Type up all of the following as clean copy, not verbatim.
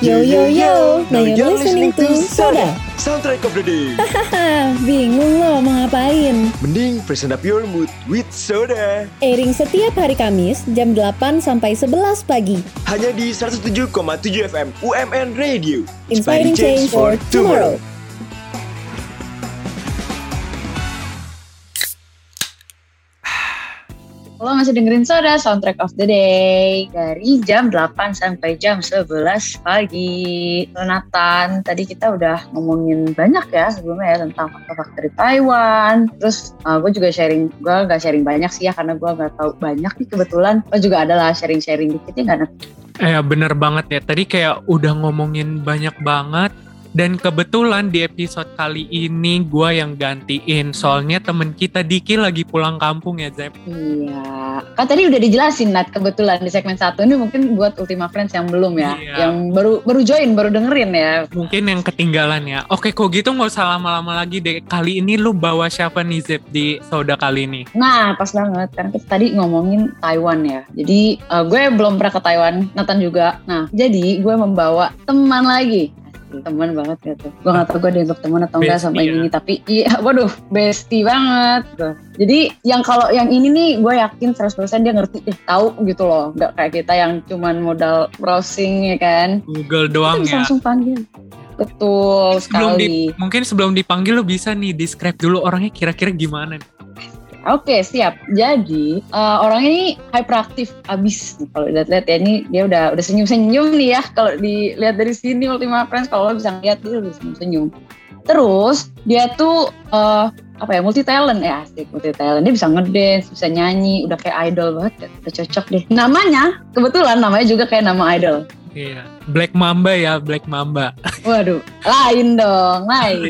Yo yo yo, now you're listening to Soda. Soundtrack of the day. Hahaha, bingung lo mau ngapain? Mending freshen up your mood with Soda. Airing setiap hari Kamis jam 8 sampai 11 pagi. Hanya di 107,7 FM UMN Radio. Inspiring change for tomorrow. Lo masih dengerin Soda, Soundtrack of the Day. Dari jam 8 sampai jam 11 pagi. Nathan, tadi kita udah ngomongin banyak ya sebelumnya ya tentang fakta-fakta dari Taiwan. Terus gue juga sharing, gue gak sharing banyak sih ya karena gue gak tahu banyak nih kebetulan. Lo juga adalah sharing-sharing dikit ya gak Nat? Bener banget ya, tadi kayak udah ngomongin banyak banget. Dan kebetulan di episode kali ini gue yang gantiin. Soalnya temen kita Diki lagi pulang kampung ya Zep. Iya, kan tadi udah dijelasin Nat kebetulan di segmen 1 ini mungkin buat Ultima Friends yang belum ya. Iya. Yang baru join, baru dengerin ya. Mungkin yang ketinggalan ya. Oke, kok gitu gak usah lama-lama lagi deh. Kali ini lu bawa siapa nih Zep di Soda kali ini? Nah, pas banget karena kita tadi ngomongin Taiwan ya. Jadi gue belum pernah ke Taiwan, Nathan juga. Nah, jadi gue membawa teman lagi. Teman banget gitu. Gue gak tau gue dianggap teman atau enggak sama yang ini. Tapi iya, waduh, bestie banget gitu. Jadi kalau yang ini nih gue yakin 100% dia ngerti tahu gitu loh. Gak kayak kita yang cuman modal browsing ya kan. Google doang kita bisa ya. langsung panggil. Betul sekali. Mungkin sebelum dipanggil lu bisa nih describe dulu orangnya kira-kira gimana nih. Oke, siap. Jadi orangnya ini hyperaktif abis. Kalau lihat-lihat ya ini dia udah senyum-senyum nih ya. Kalau dilihat dari sini Ultima Friends, kalau lo bisa lihat dia udah senyum-senyum. Terus dia tuh multi talent ya, asik multi talent. Dia bisa ngedance, bisa nyanyi, udah kayak idol banget. Udah cocok deh. Kebetulan namanya juga kayak nama idol. Iya, Black Mamba ya, Black Mamba. Waduh, lain dong.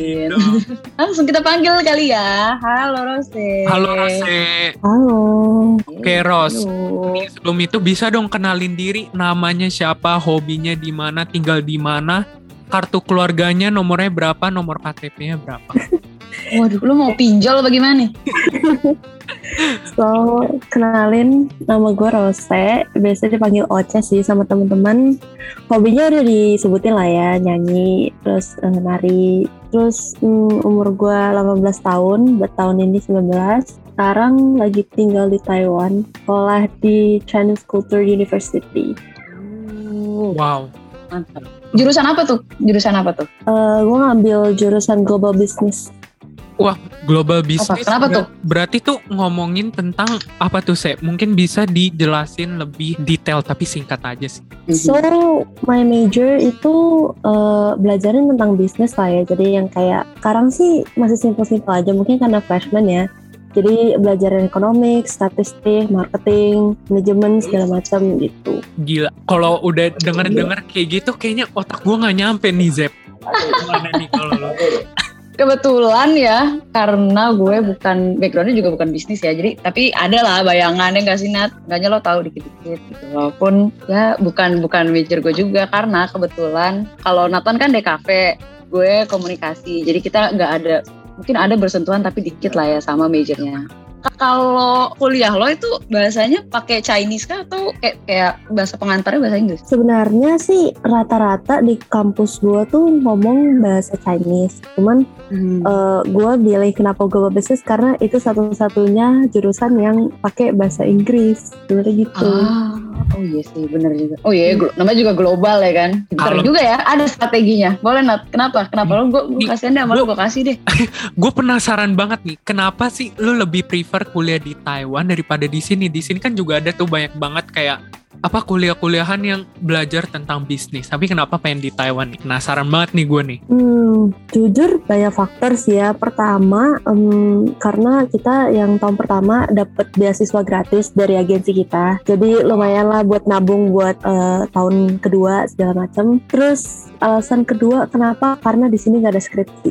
Langsung kita panggil kali ya. Halo Rose. Halo Rose. Halo. Oke Ros, sebelum itu bisa dong kenalin diri, namanya siapa, hobinya di mana, tinggal di mana, kartu keluarganya nomornya berapa, nomor KTP-nya berapa. Waduh, lu mau pinjol bagaimana nih? So, kenalin, nama gue Rose, biasanya dipanggil Oce sih sama teman-teman. Hobinya udah disebutin lah ya, nyanyi, terus nari. Terus umur gue 18 tahun, buat tahun ini 19. Sekarang lagi tinggal di Taiwan, sekolah di Chinese Culture University. Wow. Mantap. Jurusan apa tuh? Gue ngambil jurusan Global Business. Wah, global business. Kenapa tuh? Berarti tuh ngomongin tentang apa tuh, Sep? Mungkin bisa dijelasin lebih detail, tapi singkat aja sih. So, my major itu belajarin tentang bisnis lah ya. Jadi yang kayak, sekarang sih masih simple-simple aja. Mungkin karena freshman ya. Jadi belajarin ekonomi, statistik, marketing, manajemen, segala macam gitu. Gila, kalau udah denger kayak gitu, kayaknya otak gue gak nyampe nih, Zep. Gimana nih kalau lo? Kebetulan ya, karena gue backgroundnya juga bukan bisnis ya, jadi tapi ada lah bayangannya nggak sih Nat? Nggaknya lo tahu dikit-dikit gitu. Walaupun ya bukan major gue juga, karena kebetulan kalau Nathan kan DKV, gue komunikasi, jadi kita nggak ada, mungkin ada bersentuhan tapi dikit lah ya sama majornya. Kalau kuliah lo itu bahasanya pakai Chinese kah atau kayak bahasa pengantarnya bahasa Inggris? Sebenarnya sih rata-rata di kampus gue tuh ngomong bahasa Chinese. Cuman gue pilih kenapa Global Business karena itu satu-satunya jurusan yang pakai bahasa Inggris. Sebenarnya gitu. Oh iya sih, benar juga. Oh iya, namanya juga global ya kan. Pintar juga ya, ada strateginya. Boleh Nat, kenapa lo gue kasihan deh sama lo, gue kasih deh. Gue penasaran banget nih, kenapa sih lo lebih prefer kuliah di Taiwan daripada di sini? Di sini kan juga ada tuh banyak banget kayak kuliah-kuliahan yang belajar tentang bisnis. Tapi kenapa pengen di Taiwan nih? Penasaran banget nih gue nih. Jujur banyak faktor sih ya. Pertama, karena kita yang tahun pertama dapat beasiswa gratis dari agensi kita. Jadi lumayan lah buat nabung buat tahun kedua segala macam. Terus alasan kedua kenapa? Karena di sini nggak ada skripsi.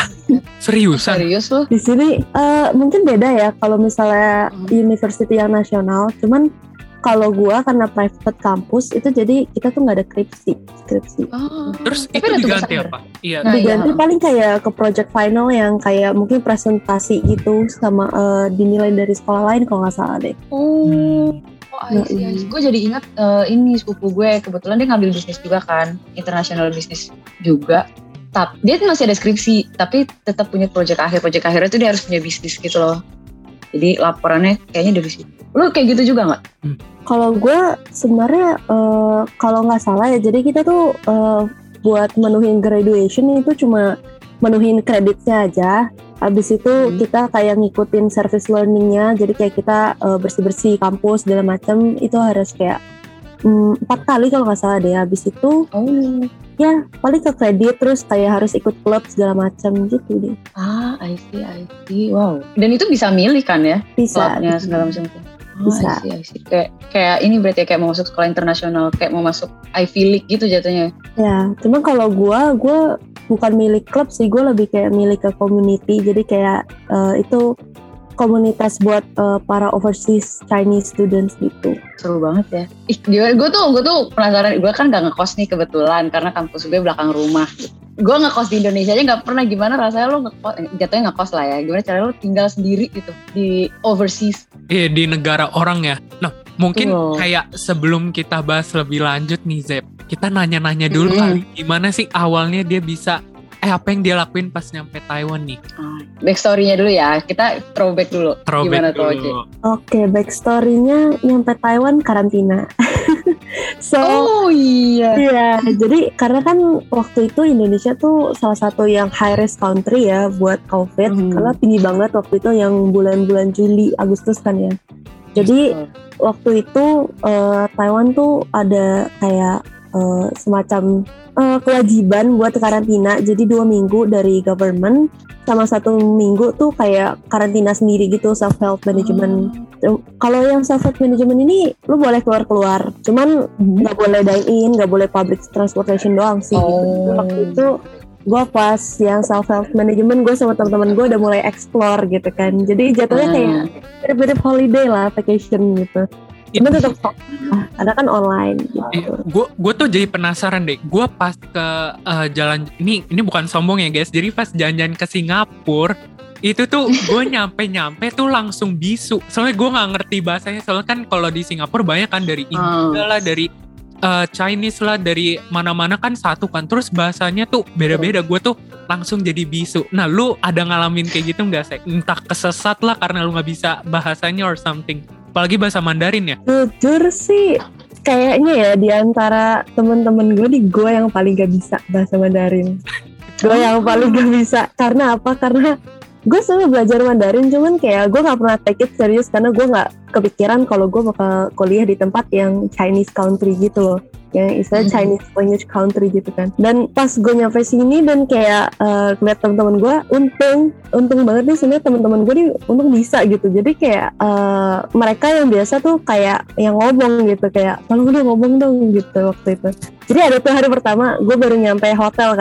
Seriusan? Serius loh? Di sini mungkin beda ya kalau misalnya university yang nasional. Cuman kalau gua karena private kampus itu jadi kita tuh nggak ada skripsi. Terus itu diganti apa? Iya. Diganti paling kayak ke project final yang kayak mungkin presentasi gitu sama dinilai dari sekolah lain kalau nggak salah deh. Oh, I see. Gue jadi ingat ini sepupu gue, kebetulan dia ngambil bisnis juga kan, international bisnis juga. Tapi dia masih ada skripsi, tapi tetap punya proyek akhirnya tuh dia harus punya bisnis gitu loh. Jadi laporannya kayaknya dari situ. Lu kayak gitu juga nggak? Kalau gue sebenarnya kalau nggak salah ya, jadi kita tuh buat menuhin graduation itu cuma menuhin kreditnya aja. Habis itu kita kayak ngikutin service learningnya, jadi kayak kita bersih-bersih kampus segala macam itu harus kayak 4 kali kalau nggak salah deh. Habis itu ya paling ke kredit, terus kayak harus ikut klub segala macam gitu deh. I see. Wow. Dan itu bisa milih kan ya? Bisa. Klubnya segala macam. Bisa. I see. Kayak ini berarti kayak mau masuk sekolah internasional, kayak mau masuk Ivy League gitu jatuhnya. Ya, cuma kalau gue bukan milik klub sih, gue lebih kayak milik ke community. Jadi kayak itu komunitas buat para overseas Chinese students gitu. Seru banget ya. Gue tuh penasaran. Gue kan gak ngekos nih kebetulan karena kampus gue belakang rumah. Gue ngekos di Indonesia aja gak pernah. Gimana rasanya lo ngekos? Jatuhnya ngekos lah ya. Gimana caranya lo tinggal sendiri gitu di overseas? Iya, di negara orang ya. Nah, mungkin kayak sebelum kita bahas lebih lanjut nih Zep, kita nanya-nanya dulu kali gimana sih awalnya dia bisa apa yang dia lakuin pas nyampe Taiwan nih. Backstory-nya dulu ya, kita throwback dulu. Gimana tuh Oci? Oke, backstory-nya nyampe Taiwan karantina. Iya, jadi karena kan waktu itu Indonesia tuh salah satu yang high risk country ya buat COVID, karena tinggi banget waktu itu yang bulan-bulan Juli, Agustus kan ya. Jadi waktu itu Taiwan tuh ada kayak semacam kewajiban buat karantina, jadi 2 minggu dari government sama 1 minggu tuh kayak karantina sendiri gitu, self health management. Kalau yang self health management ini lu boleh keluar, cuman nggak boleh dine in, nggak boleh public transportation doang sih. Gitu. Waktu itu gue pas yang self health management, gue sama teman-teman gue udah mulai explore gitu kan, jadi jatuhnya kayak mirip-mirip holiday lah, vacation gitu. Cuma tetap ada kan online gitu. Gue tuh jadi penasaran deh. Gue pas ke jalan ini bukan sombong ya guys. Jadi pas jalan-jalan ke Singapura itu tuh gue nyampe tuh langsung bisu. Soalnya gue nggak ngerti bahasanya. Soalnya kan kalau di Singapura banyak kan dari India lah, dari Chinese lah, dari mana-mana kan satu kan. Terus bahasanya tuh beda-beda. Gue tuh langsung jadi bisu. Nah, lu ada ngalamin kayak gitu nggak sih? Entah kesesat lah karena lu nggak bisa bahasanya or something. Apalagi bahasa Mandarin ya? Jujur sih, kayaknya ya di antara temen-temen gue nih, gue yang paling gak bisa bahasa Mandarin. Gue yang paling gak bisa. Karena apa? Karena gue sebenarnya belajar Mandarin, cuman kayak gue gak pernah take it serius karena gue gak kepikiran kalau gue bakal kuliah di tempat yang Chinese country gitu loh, yang istilah Chinese language country gitu kan. Dan pas gue nyampe sini dan kayak ngeliat teman-teman gue, untung banget nih sebenarnya teman-teman gue nih untung bisa gitu. Jadi kayak mereka yang biasa tuh kayak yang ngomong gitu, kayak tolong udah ngomong dong gitu waktu itu. Jadi ada tuh hari pertama gue baru nyampe hotel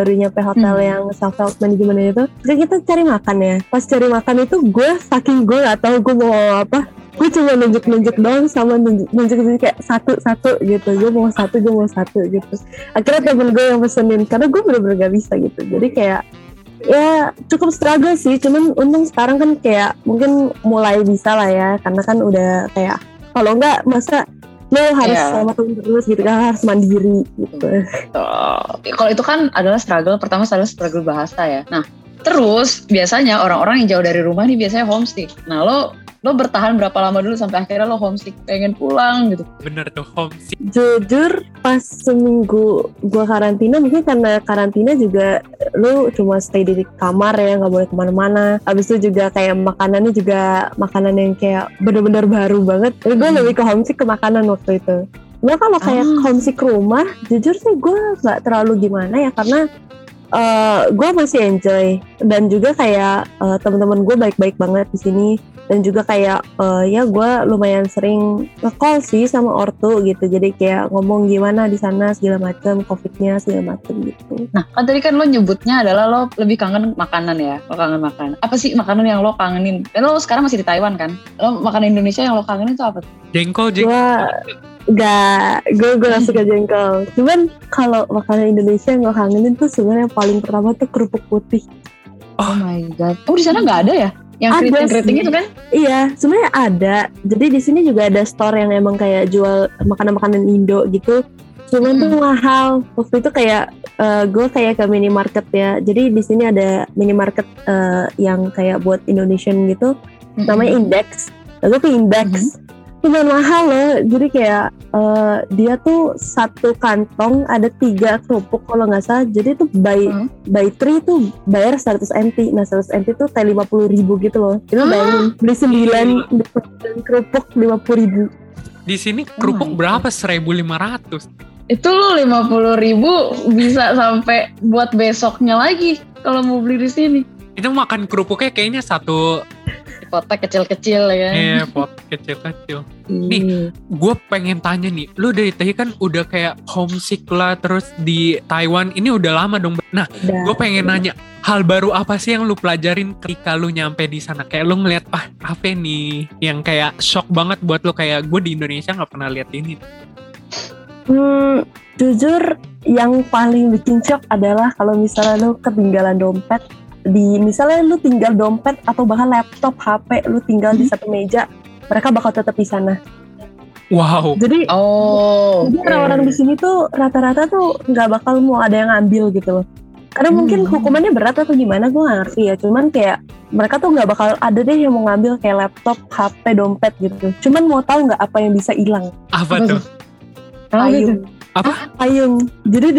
yang self help management itu. Terus kita cari makan ya. Pas cari makan itu gue saking gue gak tahu gue mau apa, gue cuma nunjuk doang sama nunjuk kayak satu gitu. Gue mau satu gitu. Akhirnya temen gue yang pesenin karena gue bener-bener gak bisa gitu. Jadi kayak ya cukup struggle sih. Cuman untung sekarang kan kayak mungkin mulai bisa lah ya, karena kan udah kayak kalau enggak masa lo harus sama temen terus gitu kan, harus mandiri gitu. Kalau itu kan adalah struggle, pertama adalah struggle bahasa ya. Nah terus biasanya orang-orang yang jauh dari rumah nih biasanya homesick. Nah lo bertahan berapa lama dulu sampai akhirnya lo homesick, pengen pulang gitu? Bener tuh, homesick. Jujur pas seminggu gue karantina, mungkin karena karantina juga lo cuma stay di kamar ya, gak boleh kemana-mana. Abis itu juga kayak makanannya juga makanan yang kayak bener-bener baru banget. Jadi gue lebih ke homesick ke makanan waktu itu. Nah kalau kayak homesick ke rumah, jujur sih gue gak terlalu gimana ya, karena gue masih enjoy. Dan juga kayak teman-teman gue baik-baik banget di sini. Dan juga kayak ya gue lumayan sering nge-call sih sama ortu gitu. Jadi kayak ngomong gimana di sana segala macam, COVID-nya segala macam gitu. Nah kan tadi kan lo nyebutnya adalah lo lebih kangen makanan ya. Lo kangen makanan. Apa sih makanan yang lo kangenin? Dan lo sekarang masih di Taiwan kan? Lo makanan Indonesia yang lo kangenin itu apa? Jengkol. Gue gak suka jengkol. Cuman kalau makanan Indonesia yang gue kangenin tuh sebenarnya yang paling pertama tuh kerupuk putih. Oh my god. Oh di sana nggak ada ya? Yang Ada keriting-keriting sih. itu kan? Iya, sebenarnya ada. Jadi di sini juga ada store yang emang kayak jual makanan-makanan Indo gitu. Cuman tuh mahal. Waktu itu kayak gue kayak ke minimarket ya. Jadi di sini ada minimarket yang kayak buat Indonesian gitu. Namanya Index. Gue ke Index. Cuman mahal loh. Jadi kayak dia tuh satu kantong ada 3 kerupuk kalau nggak salah. Jadi tuh by 3 tuh bayar 100 NT. Nah 100 NT tuh kayak 50.000 gitu loh. Kita bayangin beli 9 kerupuk 50.000. Di sini kerupuk berapa? 1.500. Itu lo 50.000 bisa sampai buat besoknya lagi kalau mau beli di sini. Itu makan kerupuknya kayaknya satu Kotak kecil-kecil ya. pot kecil-kecil. Nih, gue pengen tanya nih, lu dari tadi kan udah kayak homesick lah, terus di Taiwan ini udah lama dong. Nah, gue pengen nanya, hal baru apa sih yang lu pelajarin ketika lu nyampe di sana? Kayak lu ngeliat, apa nih yang kayak shock banget buat lu, kayak gue di Indonesia nggak pernah lihat ini. Jujur yang paling bikin shock adalah kalau misalnya lu ketinggalan dompet. Misalnya lu tinggal dompet atau bahkan laptop, HP lu tinggal di satu meja, mereka bakal tetap di sana. Wow. Jadi orang-orang di sini tuh rata-rata tuh nggak bakal mau ada yang ngambil gitu loh. Karena mungkin hukumannya berat atau gimana, gue nggak ngerti ya. Cuman kayak mereka tuh nggak bakal ada deh yang mau ngambil kayak laptop, HP, dompet gitu. Cuman mau tahu nggak apa yang bisa hilang? Apa tuh? Payung. Apa? Payung. Jadi di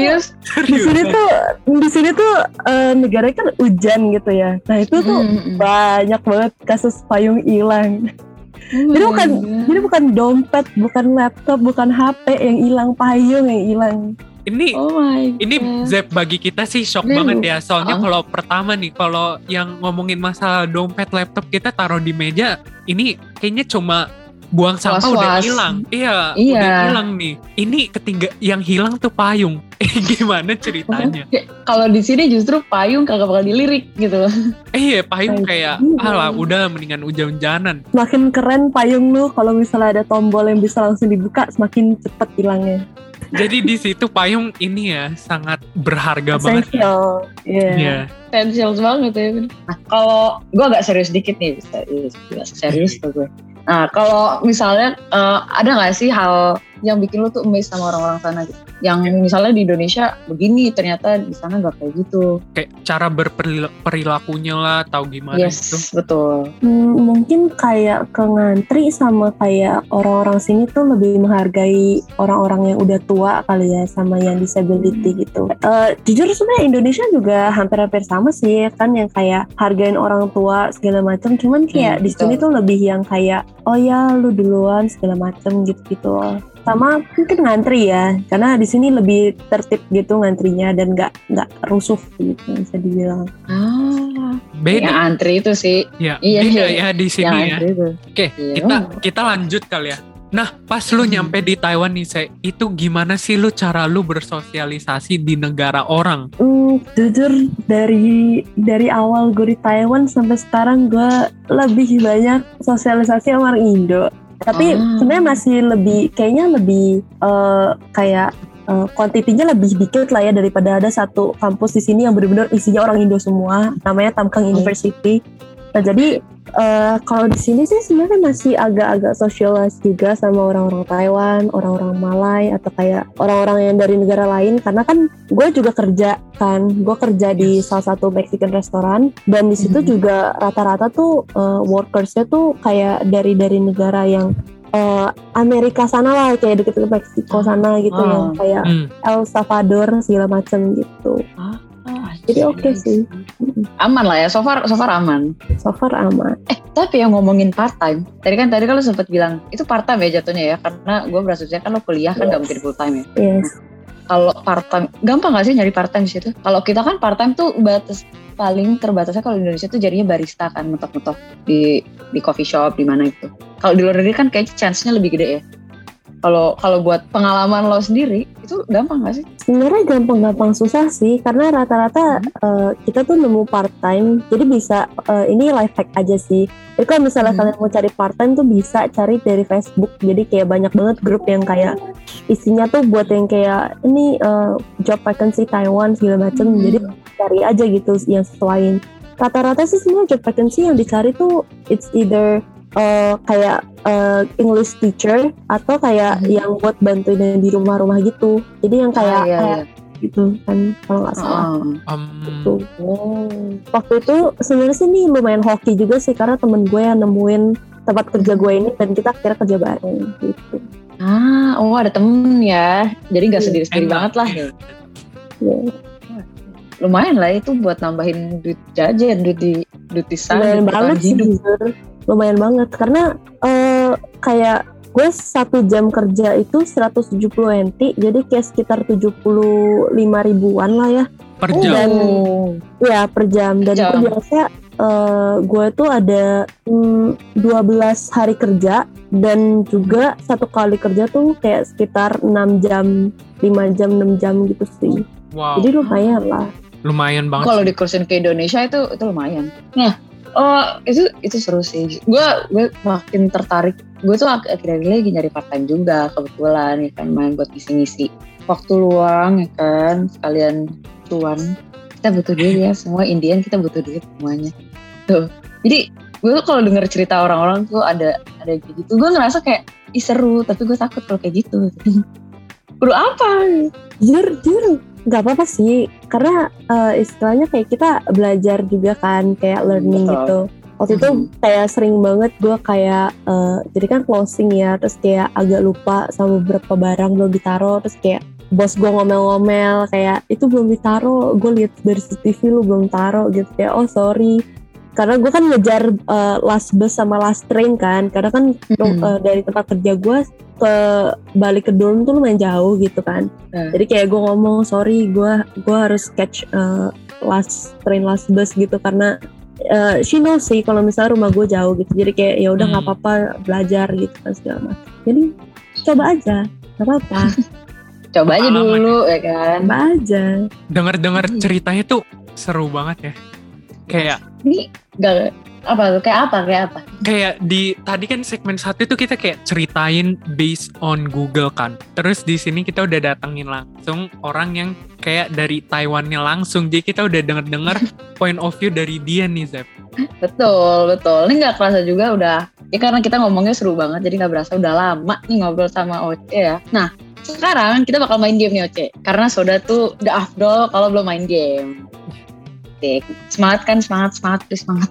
sini tuh negaranya kan hujan gitu ya. Nah itu tuh banyak banget kasus payung hilang. Jadi bukan dompet, bukan laptop, bukan HP yang hilang, payung yang hilang. Ini Zep, bagi kita sih shock banget ya. Soalnya kalau pertama nih, kalau yang ngomongin masalah dompet, laptop kita taruh di meja, ini kayaknya cuma buang sampah udah hilang. Iya, udah hilang nih. Ini yang hilang tuh payung. Gimana ceritanya? Kalau di sini justru payung kagak bakal dilirik gitu. Payung kayak udah mendingan hujan-hujanan. Semakin keren payung lu kalau misalnya ada tombol yang bisa langsung dibuka, semakin cepet hilangnya. Jadi di situ payung ini ya sangat berharga banget. Essential banget ya. Nah, kalau gue agak serius dikit nih, serius tuh gue. Nah, kalau misalnya ada nggak sih hal yang bikin lu tuh amazed sama orang-orang sana gitu? Yang misalnya di Indonesia begini, ternyata di sana nggak kayak gitu. Kayak cara berperilakunya lah, atau gimana gitu? Yes, betul. Mungkin kayak ke ngantri sama kayak orang-orang sini tuh lebih menghargai orang-orang yang udah tua kali ya, sama yang disability gitu. Jujur sebenarnya Indonesia juga hampir-hampir sama sih, kan yang kayak hargain orang tua segala macam. Cuman kayak di sini tuh lebih yang kayak, oh ya lu duluan segala macam gitu-gitu. Sama mungkin ngantri ya, karena di sini lebih tertib gitu ngantrinya dan nggak rusuh gitu bisa dibilang. Beda. Yang antri itu sih. Beda ya di sini ya. Oke, Iya. kita lanjut kali ya. Nah, pas lu nyampe di Taiwan nih, itu gimana sih cara lu bersosialisasi di negara orang? Jujur dari awal gue di Taiwan sampai sekarang gue lebih banyak sosialisasi sama orang Indo. Tapi sebenarnya masih kayaknya lebih kayak kuantitinya lebih dikit lah ya, daripada ada satu kampus di sini yang benar-benar isinya orang Indo semua, namanya Tamkang University. Nah jadi kalau di sini sih sebenarnya masih agak-agak socialize juga sama orang-orang Taiwan, orang-orang Malay, atau kayak orang-orang yang dari negara lain. Karena kan gue juga gue kerja di salah satu Mexican restoran, dan di situ juga rata-rata tuh workersnya tuh kayak dari negara yang Amerika sana lah, kayak deket-deket Meksiko sana gitu, yang kayak El Salvador segala macam gitu. Jadi oke sih. Aman lah ya, so far aman. So far aman. Tapi yang ngomongin part time, tadi kan lo sempat bilang itu part time ya jatuhnya ya, karena gue berasumsinya kan lo kuliah kan nggak mungkin full time ya. Yes. Kalau part time, gampang nggak sih nyari part time di situ? Kalau kita kan part time tuh paling terbatasnya kalau di Indonesia tuh jadinya barista kan, mentok-mentok di coffee shop di mana itu. Kalau di luar negeri kan kayak chance-nya lebih gede ya. Kalau buat pengalaman lo sendiri itu gampang gak sih? Sebenarnya gampang-gampang susah sih, karena rata-rata kita tuh nemu part time, jadi bisa ini life hack aja sih. Jadi kalau misalnya kalian mau cari part time tuh bisa cari dari Facebook. Jadi kayak banyak banget grup yang kayak isinya tuh buat yang kayak ini job vacancy Taiwan segala macam. Jadi cari aja gitu yang sesuaiin. rata-rata sih semua job vacancy yang dicari tuh it's either kayak English teacher atau kayak yang buat bantuin di rumah-rumah gitu. Jadi yang kayak gitu kan kalau nggak salah. Gitu. Waktu itu sebenarnya sih ini lumayan hoki juga sih karena temen gue yang nemuin tempat kerja gue ini dan kita akhirnya kerja bareng gitu. Ada temen ya. Jadi nggak sendiri-sendiri banget lah ya. Lumayan lah itu buat nambahin duit jajan, duit di sana. Lumayan banget sih jujur. Lumayan banget karena kayak gue 1 jam kerja itu 170 NT, jadi kayak sekitar 75 ribuan lah ya. Per jam? Dan, ya per jam. Dan itu biasa gue tuh ada 12 hari kerja dan juga 1 kali kerja tuh kayak sekitar 6 jam, 5 jam, 6 jam gitu sih. Wow. Jadi lumayan lah. Lumayan banget. Kalau dikursin ke Indonesia itu lumayan. Nah, itu seru sih. Gue makin tertarik. Gue tuh akhir-akhir lagi nyari part time juga kebetulan ya kan, main buat ngisi-ngisi waktu luang ya kan, sekalian cuan. Kita butuh duit ya, semua Indian kita butuh duit semuanya. Tuh. Jadi gue tuh kalau denger cerita orang-orang tuh ada kayak gitu, gue ngerasa kayak seru, tapi gue takut kalau kayak gitu. Perlu apa? Jujur nggak apa-apa sih, karena istilahnya kayak kita belajar juga kan, kayak learning gitu. Waktu itu kayak sering banget gue kayak jadi kan closing ya, terus kayak agak lupa sama beberapa barang belum ditaruh, terus kayak bos gue ngomel-ngomel kayak itu belum ditaruh, gue lihat dari CCTV lu belum taruh gitu, kayak oh sorry, karena gue kan ngejar last bus sama last train kan, karena kan dari tempat kerja gue ke balik ke dorm tuh lumayan jauh gitu kan. Jadi kayak gue ngomong sorry, gue harus catch last train last bus gitu, karena she knows sih kalau misalnya rumah gue jauh gitu. Jadi kayak ya udah nggak apa-apa belajar gitu kan segala macam. Jadi coba aja, nggak apa-apa. Coba aja dulu ya kan. Coba aja. Dengar ceritanya tuh seru banget ya. Kayak ini gak apa kayak apa? Kayak di tadi kan segmen 1 itu kita kayak ceritain based on Google kan. Terus di sini kita udah datengin langsung orang yang kayak dari Taiwannya langsung. Jadi kita udah denger point of view dari dia nih, Zep. Betul. Ini nggak kerasa juga udah. Ya karena kita ngomongnya seru banget, jadi nggak berasa udah lama nih ngobrol sama Oce ya. Nah, sekarang kita bakal main game nih Oce. Karena Soda tuh udah afdol kalau belum main game. Oke, semangat kan? Semangat, please semangat.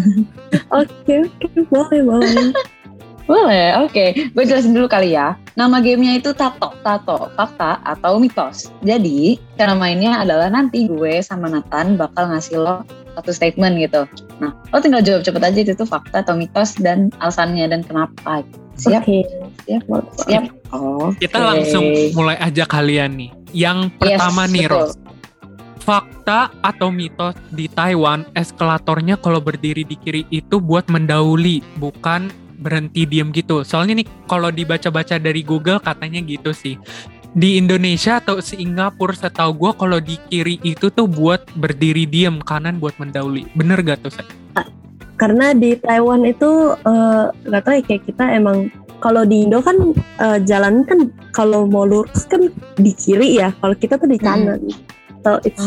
Oke, boleh. Boleh, oke. Gue jelasin dulu kali ya. Nama gamenya itu Tato, fakta atau mitos. Jadi, cara mainnya adalah nanti gue sama Nathan bakal ngasih lo satu statement gitu. Nah, lo tinggal jawab cepet aja itu fakta atau mitos dan alasannya dan kenapa. Siap? Okay. Siap. Kita langsung mulai aja kalian nih. Yang pertama nih, Ros. Fakta atau mitos di Taiwan, eskalatornya kalau berdiri di kiri itu buat mendahului, bukan berhenti diem gitu. Soalnya nih kalau dibaca-baca dari Google katanya gitu sih. Di Indonesia atau Singapura setahu gue kalau di kiri itu tuh buat berdiri diem, kanan buat mendahului. Bener gak tuh, Seth? Karena di Taiwan itu gak tahu ya, kayak kita emang kalau di Indo kan jalan kan kalau mau lurus kan di kiri ya, kalau kita tuh di kanan. So it's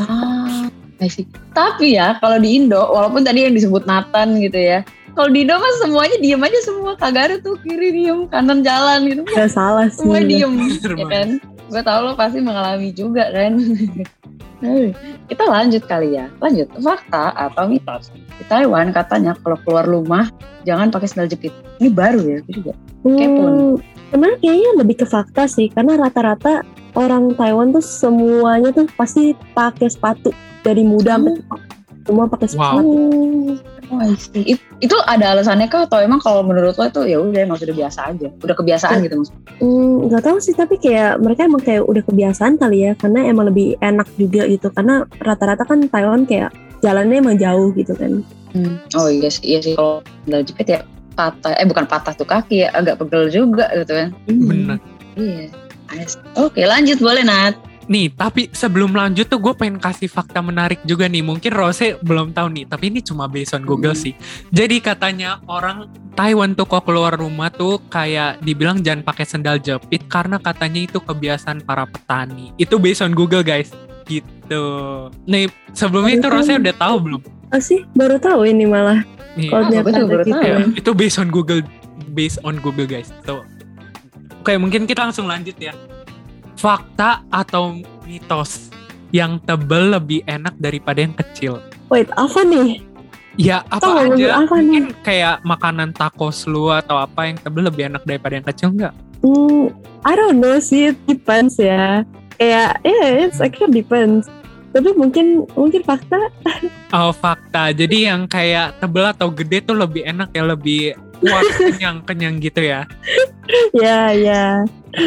tapi ya kalau di Indo, walaupun tadi yang disebut Nathan gitu ya, kalau di Indo mas semuanya diem aja semua, kagak ada tuh kiri diem, kanan jalan gitu. Gak salah sih. Semua diem, ya kan? Gue tau lo pasti mengalami juga kan. Kita lanjut kali ya. Lanjut, fakta atau mitos. Di Taiwan katanya kalau keluar rumah jangan pakai sandal jepit. Ini baru ya, gue juga kepo. Sebenarnya kayaknya lebih ke fakta sih, karena rata-rata orang Taiwan tuh semuanya tuh pasti pakai sepatu dari muda sampai tua. Semua pakai sepatu. Itu ada alasannya kah atau emang kalau menurut lo itu ya udah emang sudah biasa aja, udah kebiasaan gitu maksudnya? Nggak tahu sih, tapi kayak mereka emang kayak udah kebiasaan kali ya, karena emang lebih enak juga gitu, karena rata-rata kan Taiwan kayak jalannya emang jauh gitu kan. Oh iya sih kalau sandal jepit ya bukan patah tuh kaki ya, agak pegel juga gitu kan. Bener. Iya. Oke, lanjut boleh Nat. Nih, tapi sebelum lanjut tuh gue pengen kasih fakta menarik juga nih. Mungkin Rose belum tahu nih, tapi ini cuma based on Google sih. Jadi katanya orang Taiwan tuh kok keluar rumah tuh kayak dibilang jangan pakai sandal jepit karena katanya itu kebiasaan para petani. Itu based on Google guys. Gitu. Nih, sebelumnya itu Rose udah tahu belum? sih? Baru tahu ini malah. Nih, Kalau gue juga baru tahu. ya, itu based on Google guys. So, oke, mungkin kita langsung lanjut ya. Fakta atau mitos yang tebel lebih enak daripada yang kecil? Wait, apa nih? Ya apa Tahu, aja, apa mungkin kayak makanan tacos lu atau apa yang tebel lebih enak daripada yang kecil nggak? I don't know sih, it depends ya. Kayak, it's actually depends. Tapi mungkin fakta. Oh fakta, jadi yang kayak tebel atau gede tuh lebih enak ya, lebih kuat, kenyang gitu ya. Ya.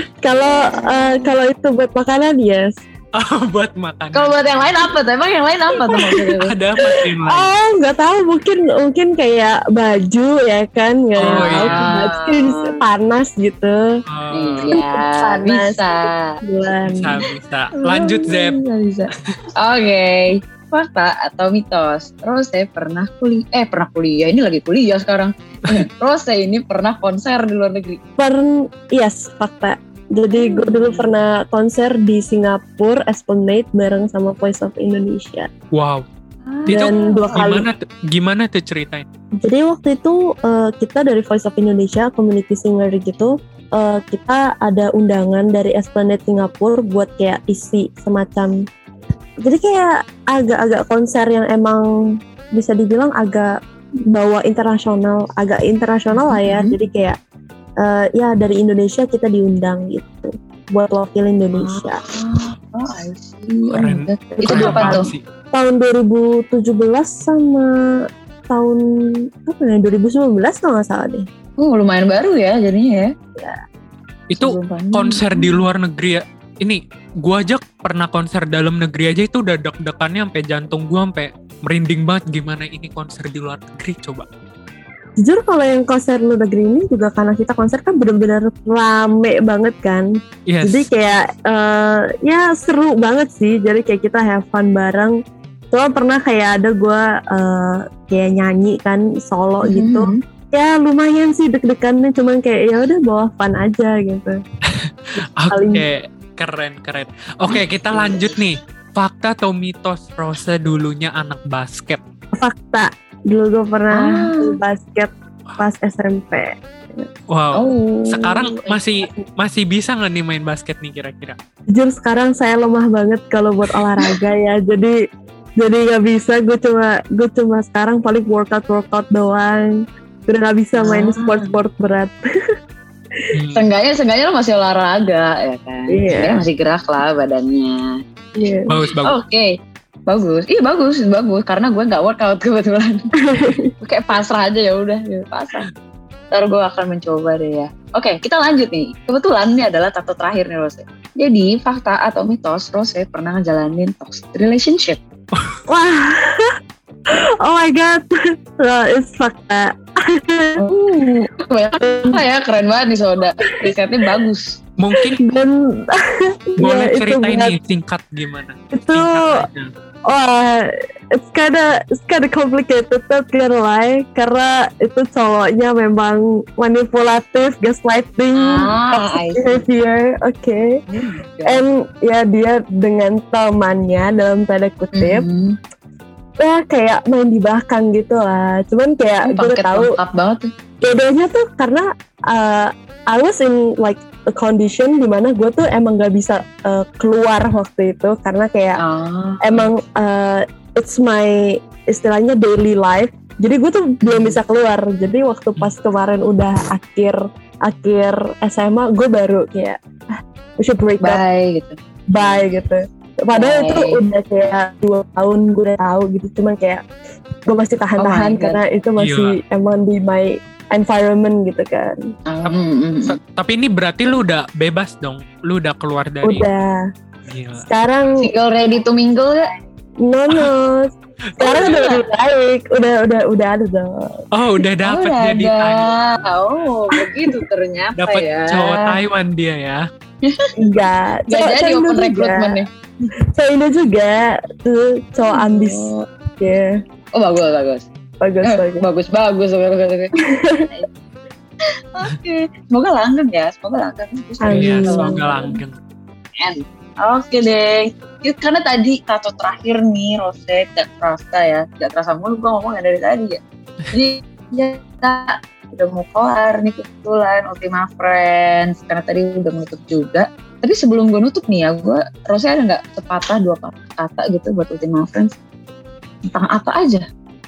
Kalau itu buat makanan, yes. Oh buat makanan. Kalau buat yang lain apa tuh? Emang yang lain apa tuh maksudnya? Ada apa sih yang lain? Oh, nggak tahu. Mungkin kayak baju ya kan? Nggak Oh, tahu. iya. Baju panas gitu. Oh, Iya, Panas. bisa. Bulan. bisa. Lanjut Zep. Bisa. Oke. Fakta atau mitos? Rose pernah kuliah. Ini lagi kuliah sekarang. Rose ini pernah konser di luar negeri. Yes, fakta. Jadi gue dulu pernah konser di Singapura, Esplanade bareng sama Voice of Indonesia. Wow. Itu Dan 2 kali. Gimana tuh ceritain? Jadi waktu itu kita dari Voice of Indonesia, community singer gitu, kita ada undangan dari Esplanade Singapura buat kayak isi semacam. Jadi kayak agak-agak konser yang emang bisa dibilang agak bawa internasional lah ya. Jadi kayak ya dari Indonesia kita diundang gitu buat wakil Indonesia. Oh, I see. Keren. Itu Keren berapa banget tuh? sih. Tahun 2017 sama tahun 2019 kalau nggak salah deh. Lumayan baru ya jadinya ya. Itu Sebelum pandemi. konser di luar negeri ya. Ini gua aja pernah konser dalam negeri aja itu udah deg-degannya sampai jantung gua sampai merinding banget. Gimana ini konser di luar negeri coba? Jujur kalau yang konser luar negeri ini juga karena kita konser kan benar-benar rame banget kan. Yes. Jadi kayak ya seru banget sih. Jadi kayak kita have fun bareng. Cuma pernah kayak ada gue kayak nyanyi kan solo gitu. Ya lumayan sih deg-degannya. Cuman kayak ya udah bawa fun aja gitu. Oke, keren. Oke, kita lanjut nih. Fakta atau mitos Rose dulunya anak basket? Fakta. Dulu gue pernah basket pas SMP. Wow. Oh. Sekarang masih bisa nggak nih main basket nih kira-kira? Jujur sekarang saya lemah banget kalau buat olahraga ya. Jadi nggak bisa. Gue cuma sekarang paling workout doang. Udah nggak bisa main sport berat. Seenggaknya lo masih olahraga ya kan? Iya. Seenggaknya masih gerak lah badannya. Iya. Bagus. Oke. Bagus. Iya bagus. Karena gue nggak workout kebetulan. Gue kayak pasrah aja ya udah, pasrah. Ntar gue akan mencoba deh ya. Oke, kita lanjut nih. Kebetulan ini adalah tato terakhir nih Rose. Jadi fakta atau mitos Rose pernah ngejalanin toxic relationship. Wah. Oh my god. It's fakta. Ya keren banget nih Soda. Risetnya bagus. Mungkin Dan boleh ya, ceritain itu nih singkat gimana? Itu Singkat aja. it's kinda complicated, not gonna lie, karena itu cowoknya memang manipulatif, gaslighting, I toxic see. behavior, okay. And ya dia dengan temannya dalam tanda kutip, ya kayak main di belakang gitu lah. Cuman kayak gue udah tahu lengkap banget tuh. bedanya tuh karena I was in like a condition dimana gue tuh emang gak bisa keluar waktu itu karena kayak emang it's my istilahnya daily life. Jadi gue tuh belum bisa keluar. Jadi waktu pas kemarin udah akhir SMA gue baru kayak we should break up. Bye gitu. Padahal itu udah kayak 2 tahun gue udah tahu gitu. Cuman kayak gue masih tahan-tahan karena itu masih emang di my environment gitu kan. Tapi ini berarti lu udah bebas dong. Lu udah keluar dari. Udah. Gila. Sekarang single ready to mingle ya? No. Sekarang udah lebih baik. Udah ada dong. Oh, udah dapet jadi Taiwan. Oh, begitu ternyata dapet ya. cowok Taiwan dia ya. Enggak. Gak jadi open recruitment ya. Saya ini juga tuh cowok ambis. Ya. Oh bagus. Bagus. Oke, semoga langgeng ya, Amin. Iya, semoga langgeng. Oke deh. Karena tadi kata terakhir nih, Rose, gak terasa ya. Gak terasa mulu gue ngomong dari tadi ya. Jadi ya udah mau kelar nih kebetulan Ultima Friends. Karena tadi udah menutup juga. Tapi sebelum gue nutup nih ya, Rose ada gak sepatah dua kata gitu buat Ultima Friends? Tentang apa aja?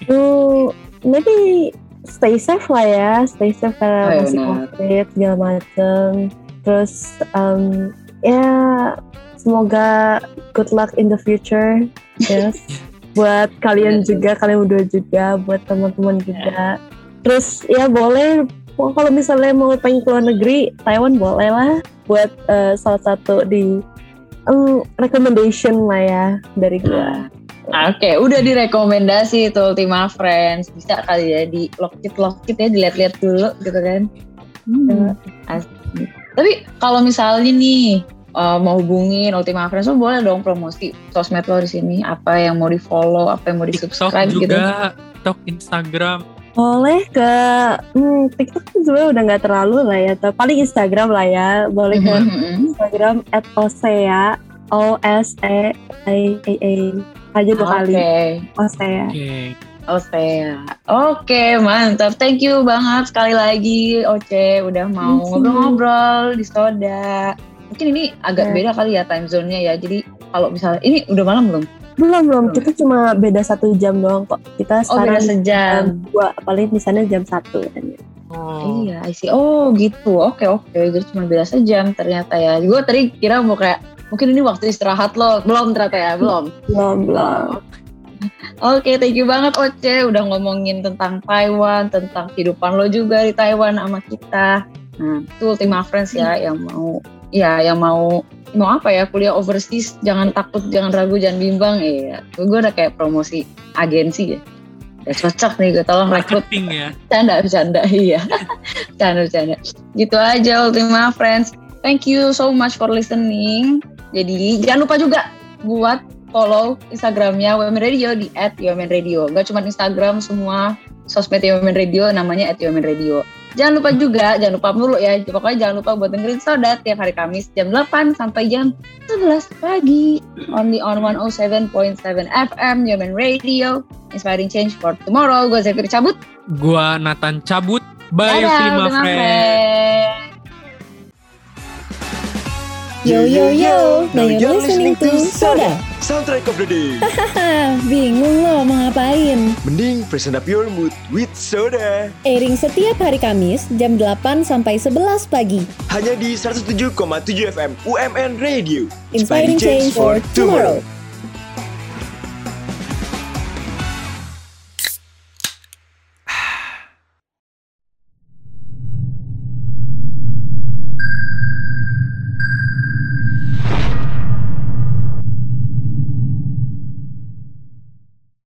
Maybe stay safe lah ya. Stay safe karena masih COVID segala macem. Terus ya semoga good luck in the future, yes. Buat kalian juga, kalian berdua juga, buat teman-teman juga. Terus ya boleh, kalau misalnya mau pengen keluar negeri, Taiwan boleh lah. Buat salah satu di recommendation lah ya dari gua. Oke, udah direkomendasi tuh Ultima Friends. Bisa kali ya di lokit ya, dilihat-lihat dulu gitu kan. Asli. Tapi kalau misalnya nih mau hubungin Ultima Friends, lo boleh dong promosi sosmed lo di sini. Apa yang mau di follow, apa yang mau di subscribe gitu. TikTok, Instagram. Boleh ke TikTok tuh sebenarnya udah nggak terlalu lah ya. Paling Instagram lah ya. Boleh ke Instagram @osea OSEAA aja 2 kali. Osea. Oke, mantap. Thank you banget sekali lagi Oce udah mau ngobrol-ngobrol di Soda. Mungkin ini agak beda kali ya time zone-nya ya. Jadi kalau misalnya ini udah malam belum? Belum. Kita cuma beda 1 jam doang kok. Kita sekarang beda sejam. 2, paling di sana jam 1 kan. Iya, I see. Oh gitu. Oke. Jadi cuma beda sejam ternyata ya. Gue tadi kira mau kayak mungkin ini waktu istirahat lo. Belum ternyata ya, belum. Oke, thank you banget Oce udah ngomongin tentang Taiwan, tentang kehidupan lo juga di Taiwan sama kita. Nah, itu Ultima Friends ya yang mau apa ya, kuliah overseas, jangan takut, jangan ragu, jangan bimbang. Iya, gue udah kayak promosi agensi ya. Udah cocok nih, gue tolong rekrut. Ya. Bercanda, iya. Bercanda. Gitu aja Ultima Friends. Thank you so much for listening. Jadi jangan lupa juga buat follow Instagramnya UMN Radio di @UMNRadio. Gak cuma Instagram, semua sosmed UMN Radio namanya @UMNRadio. Jangan lupa mulu ya. Pokoknya jangan lupa buat dengerin Soda tiap hari Kamis jam 8 sampai jam 11 pagi. Only on 107.7 FM UMN Radio. Inspiring change for tomorrow. Gue Zephyr cabut. Gue Nathan cabut. Bye Ultima Friends. Yo, now you're listening to Soda. Soundtrack of the day. Bingung lo mau ngapain? Mending freshen up your mood with Soda. Airing setiap hari Kamis jam 8 sampai 11 pagi. Hanya di 107,7 FM UMN Radio. Inspiring change for tomorrow.